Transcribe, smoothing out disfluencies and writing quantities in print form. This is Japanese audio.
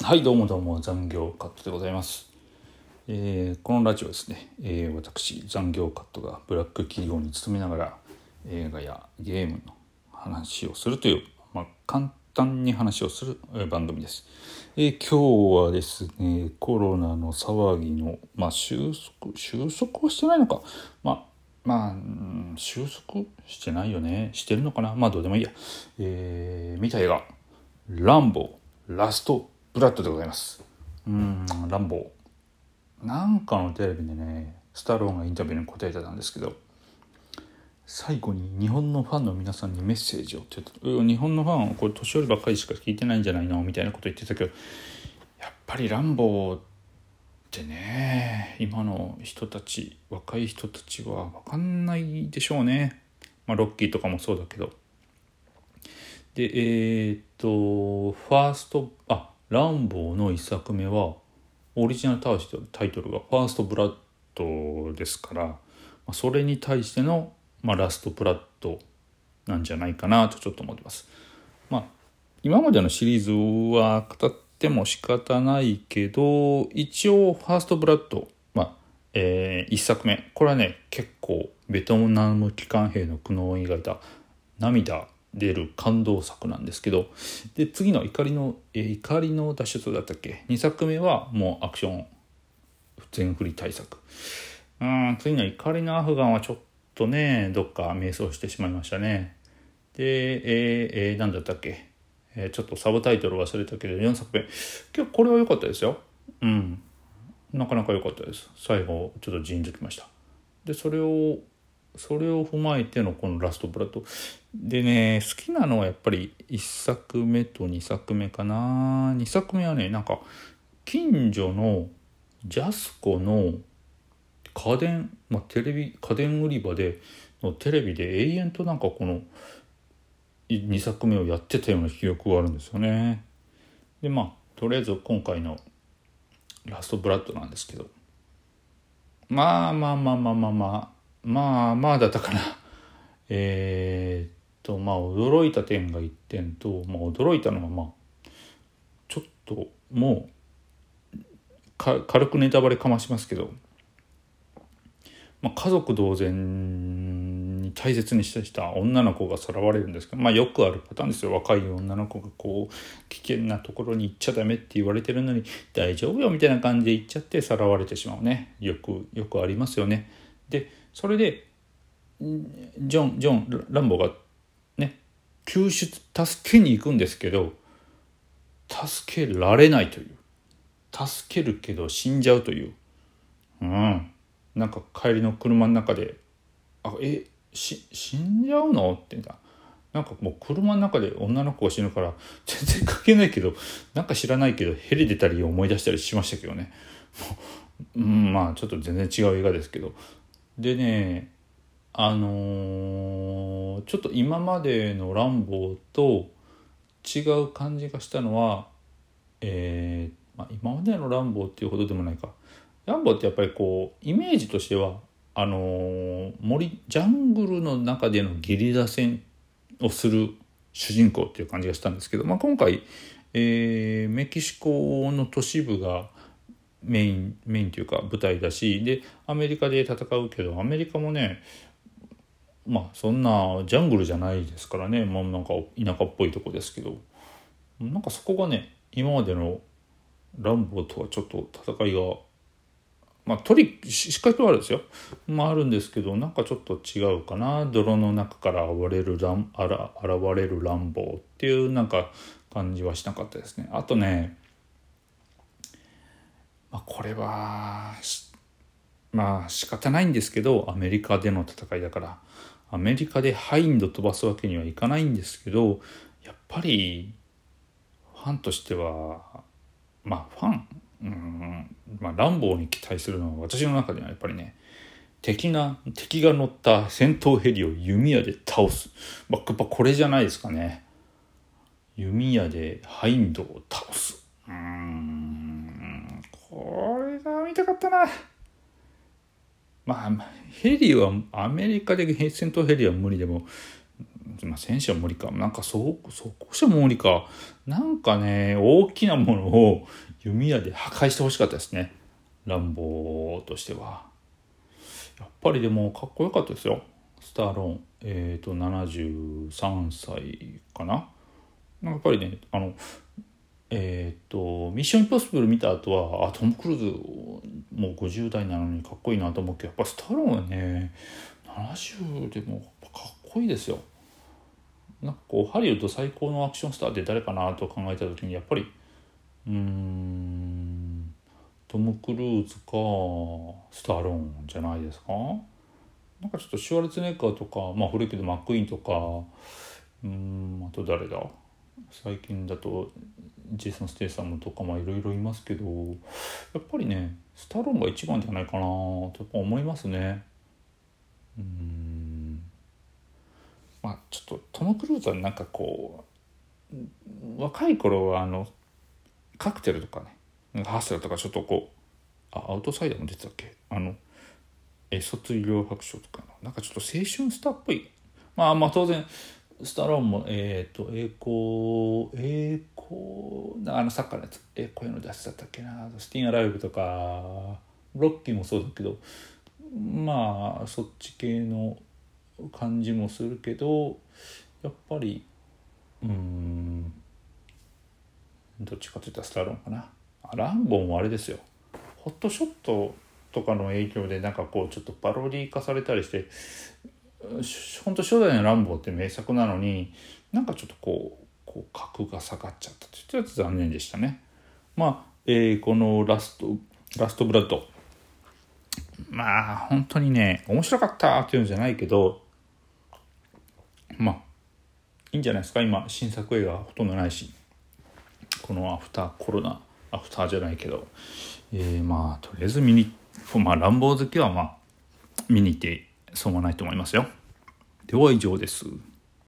はいどうも残業カットでございます。このラジオはですね、私残業カットがブラック企業に勤めながら映画やゲームの話をするという、簡単に話をする番組です。今日はですね、コロナの騒ぎの、収束はしてないのか、収束してないよね、してるのかな、どうでもいいや。見た映画ランボーラストブラッドでございます。ランボーなんかのテレビでね、スタローンがインタビューに答えてたんですけど、最後に日本のファンの皆さんにメッセージをって言って、日本のファンはこれ年寄りばっかりしか聞いてないんじゃないのみたいなこと言ってたけど、やっぱりランボーってね、今の人たち、若い人たちは分かんないでしょうね。ロッキーとかもそうだけど。でファーストランボーの一作目はオリジナルタイトルがファーストブラッドですから、それに対しての、ラストブラッドなんじゃないかなとちょっと思ってます。今までのシリーズは語っても仕方ないけど、一応ファーストブラッド、一作目、これはね結構ベトナム帰還兵の苦悩を描いた涙出る感動作なんですけど、で次の怒りの脱出だったっけ、2作目はもうアクション全振り大作。次の怒りのアフガンはちょっとねどっか迷走してしまいましたね。で、何だったっけ、ちょっとサブタイトル忘れたけど4作目結構これは良かったですよ。なかなか良かったです。最後ちょっとジーンときました。でそれを踏まえてのこのラストブラッドでね、好きなのはやっぱり1作目と2作目かな。2作目はね、なんか近所のジャスコの家電売り場でテレビで永遠となんかこの2作目をやってたような記憶があるんですよね。でとりあえず今回のラストブラッドなんですけど、まあだったかな。驚いた点が1点と、驚いたのはちょっともう軽くネタバレかましますけど、家族同然に大切にした女の子がさらわれるんですけど、よくあるパターンですよ。若い女の子がこう危険なところに行っちゃダメって言われてるのに大丈夫よみたいな感じで行っちゃってさらわれてしまうね。よくありますよね。でそれでランボーがね救出助けに行くんですけど、助けられないという、助けるけど死んじゃうという、なんか帰りの車の中で死んじゃうのってなんかもう車の中で女の子が死ぬから全然関係ないけど、なんか知らないけどヘリ出たり思い出したりしましたけどね。ちょっと全然違う映画ですけど、でねちょっと今までのランボーと違う感じがしたのは、今までのランボーっていうほどでもないか。ランボーってやっぱりこうイメージとしてはジャングルの中でのゲリラ戦をする主人公っていう感じがしたんですけど、今回、メキシコの都市部がメインというか舞台だし、でアメリカで戦うけど、アメリカもねそんなジャングルじゃないですからね、なんか田舎っぽいとこですけど、なんかそこがね今までのランボーとはちょっと戦いがしっかりとあるんですよ。あるんですけど、なんかちょっと違うかな。泥の中から現れるランボーっていうなんか感じはしなかったですね。あとね、これは仕方ないんですけど、アメリカでの戦いだからアメリカでハインド飛ばすわけにはいかないんですけど、やっぱりファンとしてはファンランボーに期待するのは私の中ではやっぱりね、敵が乗った戦闘ヘリを弓矢で倒す、やっぱこれじゃないですかね。弓矢でハインドを倒す、これが見たかったな。ヘリはアメリカで戦闘ヘリは無理でもまあ、戦士は無理か。なんか装甲車も無理か。なんかね、大きなものを弓矢で破壊してほしかったですね。ランボーとしては。やっぱりでもかっこよかったですよ。スタローン。73歳かな。やっぱりね、ミッションインポッシブル見た後は、トム・クルーズもう50代なのにかっこいいなと思うけど、やっぱスタローンはね、70でもかっこいいですよ。なんかこうハリウッド最高のアクションスターって誰かなと考えた時にやっぱりトム・クルーズかスタローンじゃないですか。なんかちょっとシュワルツェネッガーとか、まあ古いけどマックイーンとか、あと誰だ、最近だとジェイソン・ステイサムとかいろいろいますけど、やっぱりねスタローンが一番じゃないかなとやっぱ思いますね。まあちょっとトム・クルーズはなんかこう若い頃はカクテルとかねハッスラーとかちょっとこうアウトサイダーも出てたっけ、卒業白書とかなんかちょっと青春スターっぽい、まあ当然スタローンも栄光サッカーのやつ栄光への脱出だったっけな、スティン・アライブとかロッキーもそうだけど、まあそっち系の感じもするけど、やっぱりどっちかといったらスタローンかな。ランボーもあれですよ、ホットショットとかの影響でなんかこうちょっとパロディ化されたりして、本当初代のランボーって名作なのになんかちょっとこう格が下がっちゃったというやつ残念でしたね。まあ、このラストブラッド、まあ本当にね面白かったっていうんじゃないけど、まあいいんじゃないですか。今新作映画ほとんどないし、このアフターコロナアフターじゃないけど、まあとりあえずランボー好きは見に行って損はないと思いますよ。では以上です。